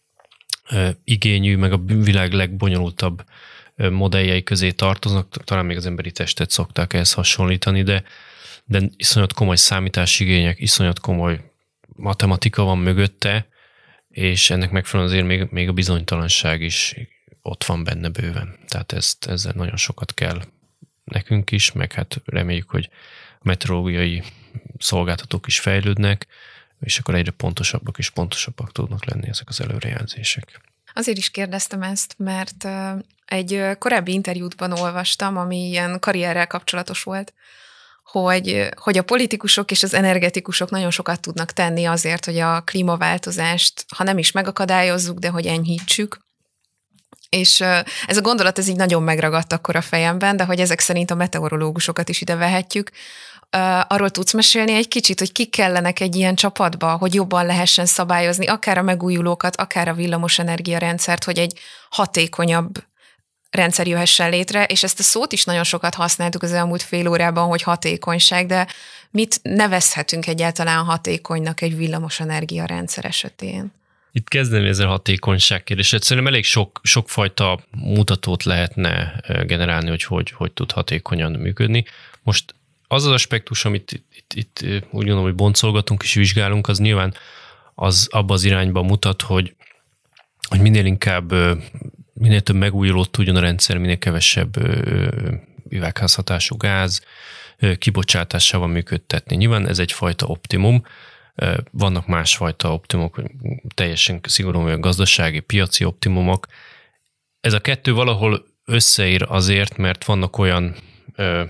ö, igényű, meg a világ legbonyolultabb ö, modelljei közé tartoznak. Talán még az emberi testet szokták ehhez hasonlítani, de, de iszonyat komoly számítási igények, iszonyat komoly matematika van mögötte, és ennek megfelelően azért még, még a bizonytalanság is ott van benne bőven. Tehát ezt, ezzel nagyon sokat kell nekünk is, meg hát reméljük, hogy a meteorológiai szolgáltatók is fejlődnek, és akkor egyre pontosabbak és pontosabbak tudnak lenni ezek az előrejelzések. Azért is kérdeztem ezt, mert egy korábbi interjútban olvastam, ami ilyen karrierrel kapcsolatos volt, hogy, hogy a politikusok és az energetikusok nagyon sokat tudnak tenni azért, hogy a klímaváltozást, ha nem is megakadályozzuk, de hogy enyhítsük. És ez a gondolat, ez így nagyon megragadt akkor a fejemben, de hogy ezek szerint a meteorológusokat is ide vehetjük. Arról tudsz mesélni egy kicsit, hogy kik kellenek egy ilyen csapatba, hogy jobban lehessen szabályozni akár a megújulókat, akár a villamosenergia rendszert, hogy egy hatékonyabb rendszer jöhessen létre, és ezt a szót is nagyon sokat használtuk az elmúlt fél órában, hogy hatékonyság, de mit nevezhetünk egyáltalán hatékonynak egy villamosenergia rendszer esetén? Itt kezdem ezzel a hatékonyság kérdését. Szerintem elég sok, sokfajta mutatót lehetne generálni, hogy, hogy hogy tud hatékonyan működni. Most az az aspektus, amit itt, itt, itt úgy gondolom, hogy boncolgatunk és vizsgálunk, az nyilván az abba az irányba mutat, hogy, hogy minél inkább, minél több megújulót tudjon a rendszer, minél kevesebb üvegházhatású gáz kibocsátásával működtetni. Nyilván ez egyfajta optimum. Vannak másfajta optimumok, teljesen szigorúan gazdasági, piaci optimumok. Ez a kettő valahol összeír azért, mert vannak olyan ö,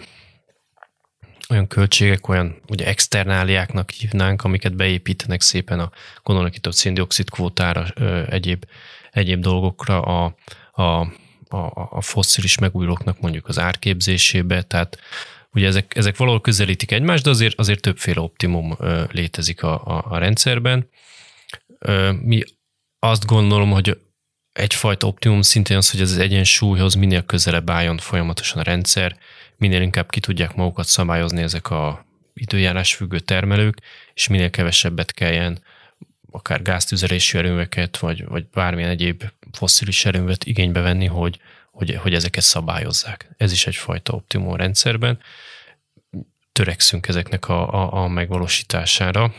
olyan költségek, olyan ugye externáliáknak hívnánk, amiket beépítenek szépen a, gondolnak itt a szén-dioxid kvótára, ö, egyéb, egyéb dolgokra, a, a, a, a fosszilis megújulóknak mondjuk az árképzésébe, tehát ugye ezek, ezek valahol közelítik egymást, de azért, azért többféle optimum ö, létezik a, a, a rendszerben. Ö, mi azt gondolom, hogy egyfajta optimum szintén az, hogy ez az egyensúlyhoz minél közelebb álljon folyamatosan a rendszer, minél inkább ki tudják magukat szabályozni ezek a időjárás függő termelők, és minél kevesebbet kelljen akár gáztüzelésű erőműveket, vagy, vagy bármilyen egyéb fosszilis erőművet igénybe venni, hogy, hogy, hogy ezeket szabályozzák. Ez is egyfajta optimum rendszerben. Törekszünk ezeknek a, a, a megvalósítására,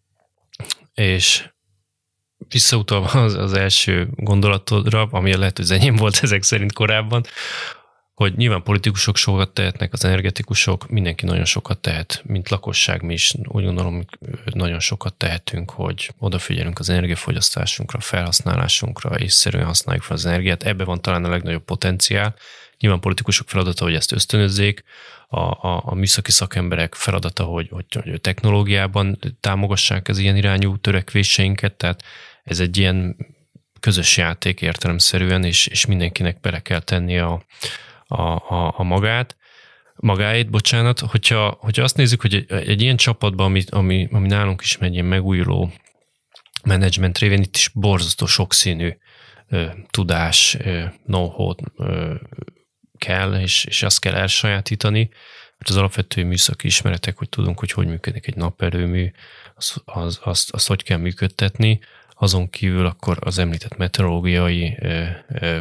és visszautalva az, az első gondolatodra, ami lehet, hogy az enyém volt ezek szerint korábban, hogy nyilván politikusok sokat tehetnek, az energetikusok, mindenki nagyon sokat tehet, mint lakosság mi is úgy gondolom, nagyon sokat tehetünk, hogy odafigyelünk az energiafogyasztásunkra, felhasználásunkra, észszerűen használjuk fel az energiát. Ebbe van talán a legnagyobb potenciál. Nyilván politikusok feladata, hogy ezt ösztönözzék, a, a, a műszaki szakemberek feladata, hogy, hogy, hogy technológiában támogassák az ilyen irányú törekvéseinket, tehát ez egy ilyen közös játék értelemszerűen, és, és mindenkinek bele kell tenni a, a, a, a magát, magáét, bocsánat, hogyha, hogyha azt nézzük, hogy egy, egy ilyen csapatban, ami, ami, ami nálunk is megy ilyen megújuló menedzsment révén, itt is borzasztó sokszínű ö, tudás, ö, know-how ö, kell, és, és azt kell elsajátítani, mert az alapvető műszaki ismeretek, hogy tudunk, hogy hogy működik egy naperőmű, azt az, az, az hogy kell működtetni, azon kívül akkor az említett meteorológiai ö, ö,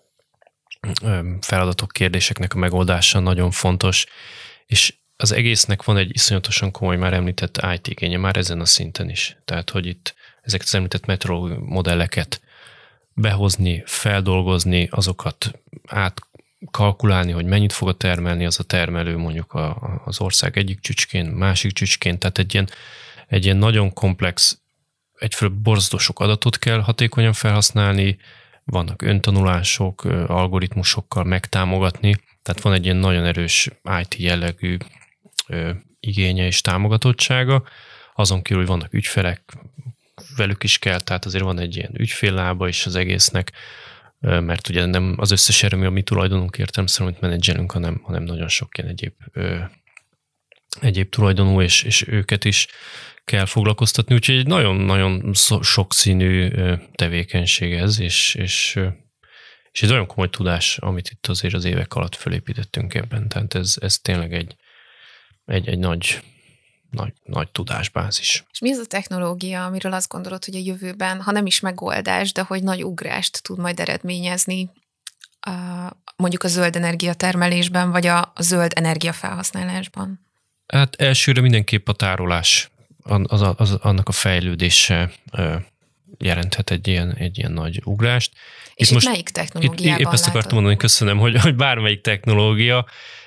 feladatok, kérdéseknek a megoldása nagyon fontos, és az egésznek van egy iszonyatosan komoly, már említett í té igénye, már ezen a szinten is. Tehát, hogy itt ezeket az említett meteorológiai modelleket behozni, feldolgozni, azokat átkalkulálni, hogy mennyit fog a termelni az a termelő mondjuk a, az ország egyik csücskén, másik csücskén, tehát egy ilyen, egy ilyen nagyon komplex, egyfelől borzasztó sok adatot kell hatékonyan felhasználni, vannak öntanulások, algoritmusokkal megtámogatni, tehát van egy ilyen nagyon erős í té jellegű ö, igénye és támogatottsága, azon kívül vannak ügyfelek, velük is kell, tehát azért van egy ilyen ügyféllába is az egésznek, ö, mert ugye nem az összes erőmű a mi tulajdonunk értelemszerűen, amit menedzselünk, hanem, hanem nagyon sok ilyen egyéb, ö, egyéb tulajdonú, és, és őket is kell foglalkoztatni, úgyhogy egy nagyon-nagyon sokszínű tevékenység ez, és, és, és egy nagyon komoly tudás, amit itt azért az évek alatt felépítettünk ebben. Tehát ez, ez tényleg egy, egy, egy nagy, nagy, nagy tudásbázis. És mi az a technológia, amiről azt gondolod, hogy a jövőben, ha nem is megoldás, de hogy nagy ugrást tud majd eredményezni a, mondjuk a zöld energiatermelésben, vagy a, a zöld energiafelhasználásban? Hát elsőre mindenképp a tárolás, az, az, az, annak a fejlődése ö, jelenthet egy ilyen, egy ilyen nagy ugrást. És itt, itt melyik technológiában itt, épp ezt akartam mondani, köszönöm, hogy, hogy bármelyik technológia,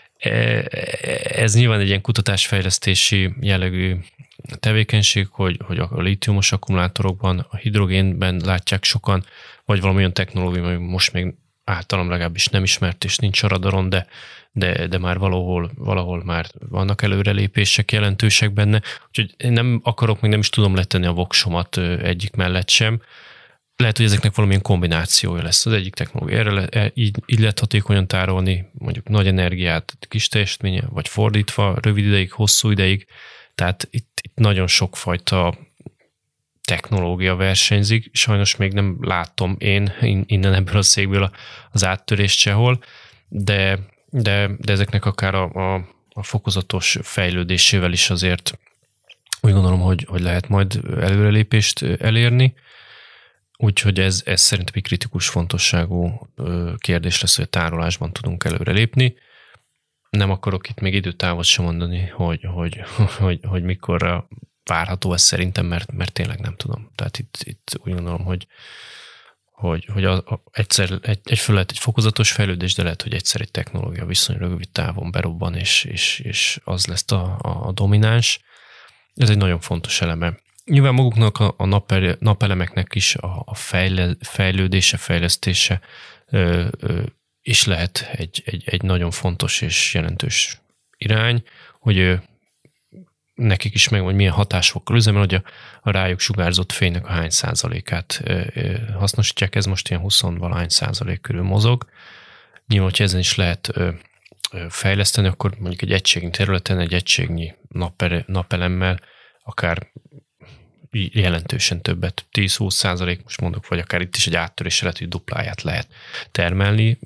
ez nyilván egy ilyen kutatásfejlesztési jellegű tevékenység, hogy, hogy a lítiumos akkumulátorokban, a hidrogénben látják sokan, vagy valamilyen technológia, ami most még általam legalábbis nem ismert, és nincs a radaron, de, de, de már valahol, valahol már vannak előrelépések jelentősek benne. Úgyhogy én nem akarok, még nem is tudom letenni a voksomat egyik mellett sem. Lehet, hogy ezeknek valamilyen kombinációja lesz. Az egyik technológia erre le, így, így lehet hatékonyan tárolni, mondjuk nagy energiát, kis teljesítménye, vagy fordítva, rövid ideig, hosszú ideig. Tehát itt, itt nagyon sokfajta technológia versenyzik. Sajnos még nem látom én innen ebből a székből az áttörést sehol, de, de, de ezeknek akár a, a, a fokozatos fejlődésével is azért úgy gondolom, hogy, hogy lehet majd előrelépést elérni. Úgyhogy ez, ez szerintem egy kritikus fontosságú kérdés lesz, hogy a tárolásban tudunk előrelépni. Nem akarok itt még időtávot sem mondani, hogy, hogy, hogy, hogy mikorra várható ez szerintem, mert, mert tényleg nem tudom. Tehát itt, itt úgy gondolom, hogy, hogy, hogy a, a, egyszer egy, egy föl lehet egy fokozatos fejlődés, de lehet, hogy egyszer egy technológia viszonylag rövid távon berobban, és, és, és az lesz a, a domináns. Ez egy nagyon fontos eleme. Nyilván maguknak a, a napele, napelemeknek is a, a fejle, fejlődése, fejlesztése ö, ö, is lehet egy, egy, egy nagyon fontos és jelentős irány, hogy ö, nekik is meg, hogy milyen hatásfokkal üzemel, hogy a, a rájuk sugárzott fénynek a hány százalékát ö, ö, hasznosítják. Ez most ilyen húsz-valahány százalék körül mozog. Nyilván, hogyha ezen is lehet ö, ö, fejleszteni, akkor mondjuk egy egységnyi területen egy egységnyi napere, napelemmel akár jelentősen többet, tíz-húsz százalék, most mondok, vagy akár itt is egy áttörésre lehet, hogy dupláját lehet termelni.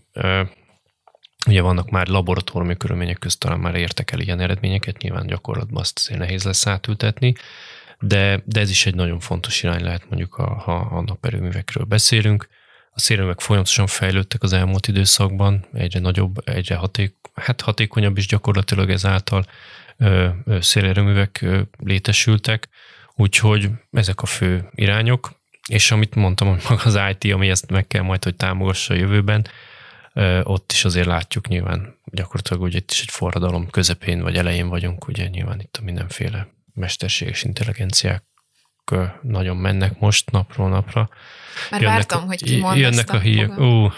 Ugye vannak már laboratóriumi körülmények közt, talán már értek el ilyen eredményeket, nyilván gyakorlatban azt azért nehéz lesz átültetni, de, de ez is egy nagyon fontos irány lehet, mondjuk, a, ha a naperőművekről beszélünk. A szélerőművek folyamatosan fejlődtek az elmúlt időszakban, egyre nagyobb, egyre haték, hát hatékonyabb is gyakorlatilag ezáltal szélerőművek létesültek, úgyhogy ezek a fő irányok, és amit mondtam, hogy maga az i té, ami ezt meg kell majd, hogy támogassa a jövőben, ott is azért látjuk nyilván gyakorlatilag, hogy itt is egy forradalom közepén vagy elején vagyunk, ugye nyilván itt a mindenféle mesterséges intelligenciák nagyon mennek most napról napra. Már jönnek vártam, a, hogy ki mondd jönnek a hírek. Ó,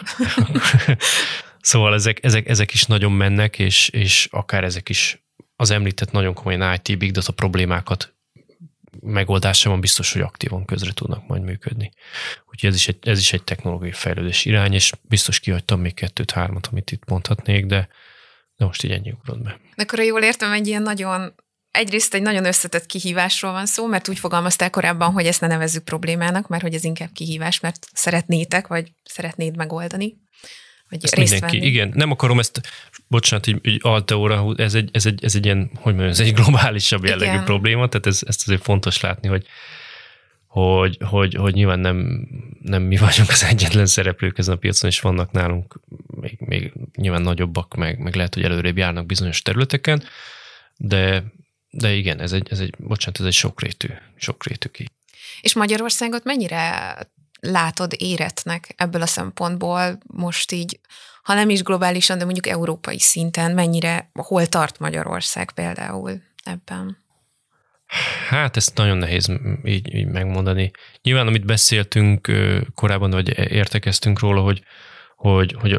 szóval ezek, ezek, ezek is nagyon mennek, és, és akár ezek is az említett nagyon komolyan i té, big data problémákat megoldásában biztos, hogy aktívan közre tudnak majd működni. Úgyhogy ez is egy, ez is egy technológiai fejlődés irány, és biztos kihagytam még kettőt-hármat, amit itt mondhatnék, de, de most így ennyi ugrott be. De akkor jól értem, egy ilyen nagyon, egyrészt egy nagyon összetett kihívásról van szó, mert úgy fogalmaztál korábban, hogy ezt ne nevezzük problémának, mert hogy ez inkább kihívás, mert szeretnétek, vagy szeretnéd megoldani. Vagy ezt mindenki, venni. Igen, nem akarom ezt, bocsánat, így, így alteóra, ez egy, ez, egy, ez egy ilyen, hogy mondjam, ez egy globálisabb jellegű igen. probléma, tehát ez, ezt azért fontos látni, hogy, hogy, hogy, hogy nyilván nem, nem mi vagyunk az egyetlen szereplők ezen a piacon, és vannak nálunk még, még nyilván nagyobbak, meg, meg lehet, hogy előrébb járnak bizonyos területeken, de, de igen, ez egy, ez egy, bocsánat, ez egy sokrétű, sokrétű ki. És Magyarországot mennyire látod éretnek ebből a szempontból most így, ha nem is globálisan, de mondjuk európai szinten, mennyire, hol tart Magyarország például ebben? Hát ezt nagyon nehéz így, így megmondani. Nyilván, amit beszéltünk korábban, vagy értekeztünk róla, hogy, hogy, hogy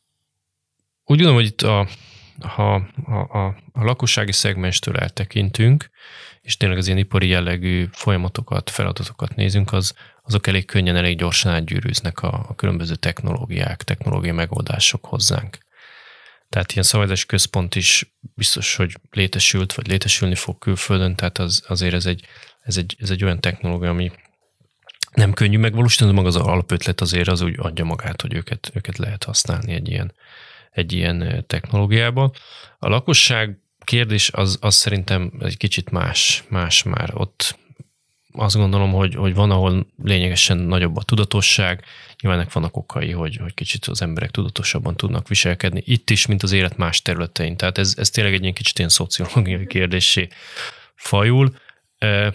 úgy gondolom, hogy itt a, ha a, a, a lakossági szegmenstől eltekintünk, és tényleg az ilyen ipari jellegű folyamatokat, feladatokat nézünk, az, azok elég könnyen, elég gyorsan átgyűrűznek a, a különböző technológiák, technológiai megoldások hozzánk. Tehát ilyen szabályozási központ is biztos, hogy létesült, vagy létesülni fog külföldön, tehát az, azért ez egy, ez, egy, ez egy olyan technológia, ami nem könnyű megvalósítani, de maga az alapötlet azért az úgy adja magát, hogy őket, őket lehet használni egy ilyen, egy ilyen technológiában. A lakosság kérdés az, az szerintem egy kicsit más, más már. Ott azt gondolom, hogy, hogy van, ahol lényegesen nagyobb a tudatosság, nyilván ennek vannak okai, hogy, hogy kicsit az emberek tudatosabban tudnak viselkedni. Itt is, mint az élet más területein. Tehát ez, ez tényleg egy ilyen kicsit ilyen szociológiai kérdéssé fajul. E,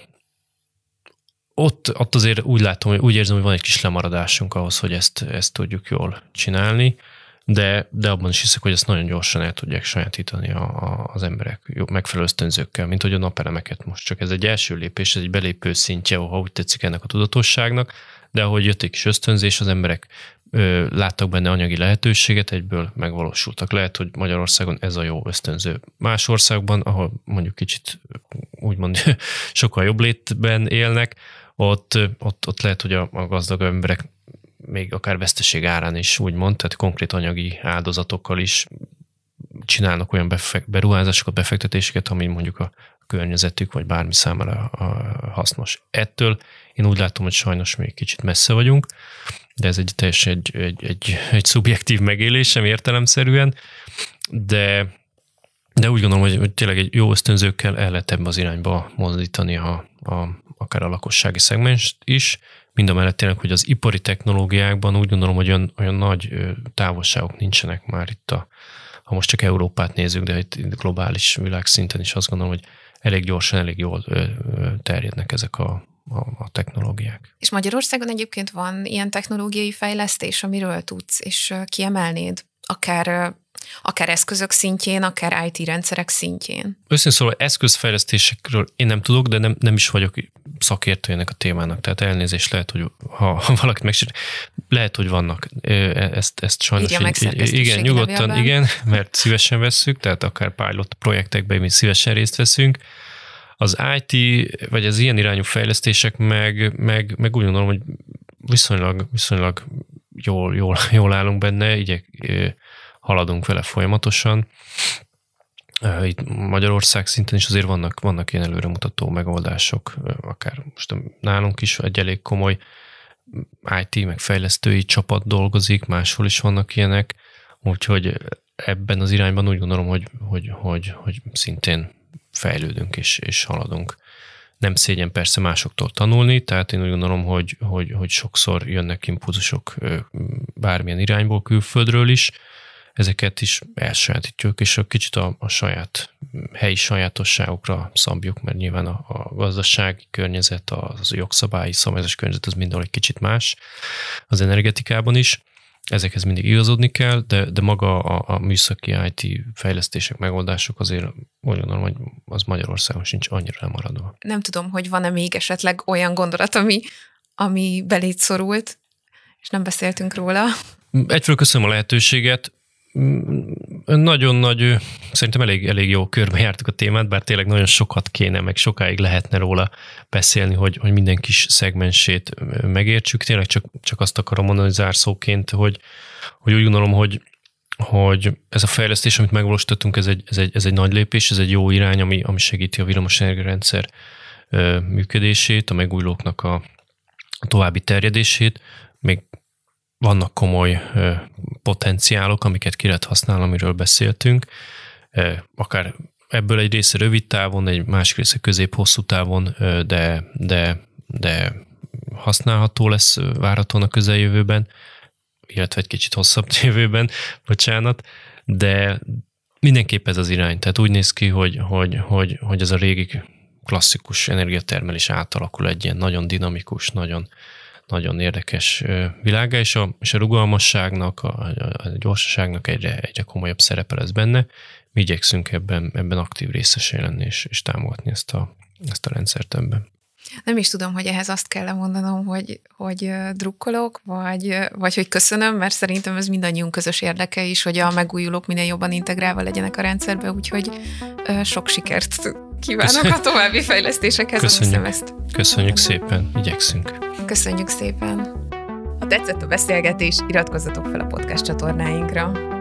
ott, ott azért úgy látom, hogy úgy érzem, hogy van egy kis lemaradásunk ahhoz, hogy ezt, ezt tudjuk jól csinálni. De, de abban is hiszek, hogy ezt nagyon gyorsan el tudják sajátítani a, a, az emberek jó, megfelelő ösztönzőkkel, mint hogy a napelemeket most. Csak ez egy első lépés, ez egy belépő szintje, ha úgy tetszik ennek a tudatosságnak, de ahogy jött egy kis ösztönzés, az emberek ö, láttak benne anyagi lehetőséget, egyből megvalósultak. Lehet, hogy Magyarországon ez a jó ösztönző. Más országban, ahol mondjuk kicsit úgymond sokkal jobb létben élnek, ott, ott, ott lehet, hogy a, a gazdag emberek még akár veszteség árán is úgymond, tehát konkrét anyagi áldozatokkal is csinálnak olyan beruházásokat, befektetéseket, ami mondjuk a környezetük, vagy bármi számára hasznos. Ettől én úgy látom, hogy sajnos még kicsit messze vagyunk, de ez egy teljesen egy, egy, egy, egy szubjektív megélésem értelemszerűen, de, de úgy gondolom, hogy, hogy tényleg egy jó ösztönzőkkel el lehet ebbe az irányba mozdítani a, a, akár a lakossági szegmenst is, mind a mellett tényleg, hogy az ipari technológiákban úgy gondolom, hogy olyan, olyan nagy távolságok nincsenek már itt, a, ha most csak Európát nézzük, de itt globális világszinten is azt gondolom, hogy elég gyorsan, elég jól terjednek ezek a, a, a technológiák. És Magyarországon egyébként van ilyen technológiai fejlesztés, amiről tudsz, és kiemelnéd, akár, akár eszközök szintjén, akár í té rendszerek szintjén? Őszintén szóval eszközfejlesztésekről én nem tudok, de nem, nem is vagyok szakértőjének a témának. Tehát elnézést lehet, hogy ha, ha valakit megsérül, lehet, hogy vannak. Ezt, ezt sajnos így, igen, nyugodtan, levélben. Igen, mert szívesen vesszük, tehát akár pilot projektekben mi szívesen részt veszünk. Az í té, vagy az ilyen irányú fejlesztések meg, meg, meg úgy gondolom, hogy viszonylag, viszonylag jól, jól, jól állunk benne, igyek, haladunk vele folyamatosan. Itt Magyarország szinten is azért vannak, vannak ilyen előremutató megoldások, akár most nálunk is egy elég komoly í té, meg fejlesztői csapat dolgozik, máshol is vannak ilyenek, úgyhogy ebben az irányban úgy gondolom, hogy, hogy, hogy, hogy szintén fejlődünk és, és haladunk. Nem szégyen persze másoktól tanulni, tehát én úgy gondolom, hogy, hogy, hogy sokszor jönnek impulzusok bármilyen irányból, külföldről is, ezeket is elsajátítjuk, és a kicsit a, a saját helyi sajátosságokra szabjuk, mert nyilván a, a gazdasági környezet, az jogszabályi, szabályozás környezet az mindenhol egy kicsit más, az energetikában is. Ezekhez mindig igazodni kell, de, de maga a, a műszaki í té fejlesztések, megoldások azért úgy gondolom, hogy az Magyarországon sincs annyira lemaradva. Nem tudom, hogy van-e még esetleg olyan gondolat, ami, ami beléd szorult, és nem beszéltünk róla. Egyfelől köszönöm a lehetőséget. Nagyon nagy, szerintem elég, elég jó körbe jártuk a témát, bár tényleg nagyon sokat kéne, meg sokáig lehetne róla beszélni, hogy, hogy minden kis szegmensét megértsük. Tényleg csak, csak azt akarom mondani zárszóként, hogy, hogy úgy gondolom, hogy, hogy ez a fejlesztés, amit megvalósítottunk, ez egy, ez egy, ez egy nagy lépés, ez egy jó irány, ami, ami segíti a villamosenergiarendszer működését, a megújulóknak a, a további terjedését. Még vannak komoly ö, potenciálok, amiket ki lehet használni, amiről beszéltünk. Ö, akár ebből egy része rövid távon, egy másik része közép-hosszú távon, ö, de, de, de használható lesz várhatóan a közeljövőben, illetve egy kicsit hosszabb jövőben, bocsánat, de mindenképp ez az irány. Tehát úgy néz ki, hogy, hogy, hogy, hogy ez a régi klasszikus energiatermelés átalakul egy ilyen nagyon dinamikus, nagyon nagyon érdekes világa, és a, és a rugalmasságnak, a, a gyorsaságnak egyre, egyre komolyabb szerepe lesz benne. Mi igyekszünk ebben, ebben aktív részesé lenni, és, és támogatni ezt a, ezt a rendszert ebben. Nem is tudom, hogy ehhez azt kell mondanom, hogy, hogy drukkolok, vagy, vagy hogy köszönöm, mert szerintem ez mindannyiunk közös érdeke is, hogy a megújulók minél jobban integrálva legyenek a rendszerbe, úgyhogy sok sikert kívánok a további fejlesztésekhez. Köszönjük, ezt. Köszönjük szépen, igyekszünk. Köszönjük szépen. Ha tetszett a beszélgetés, iratkozzatok fel a podcast csatornáinkra.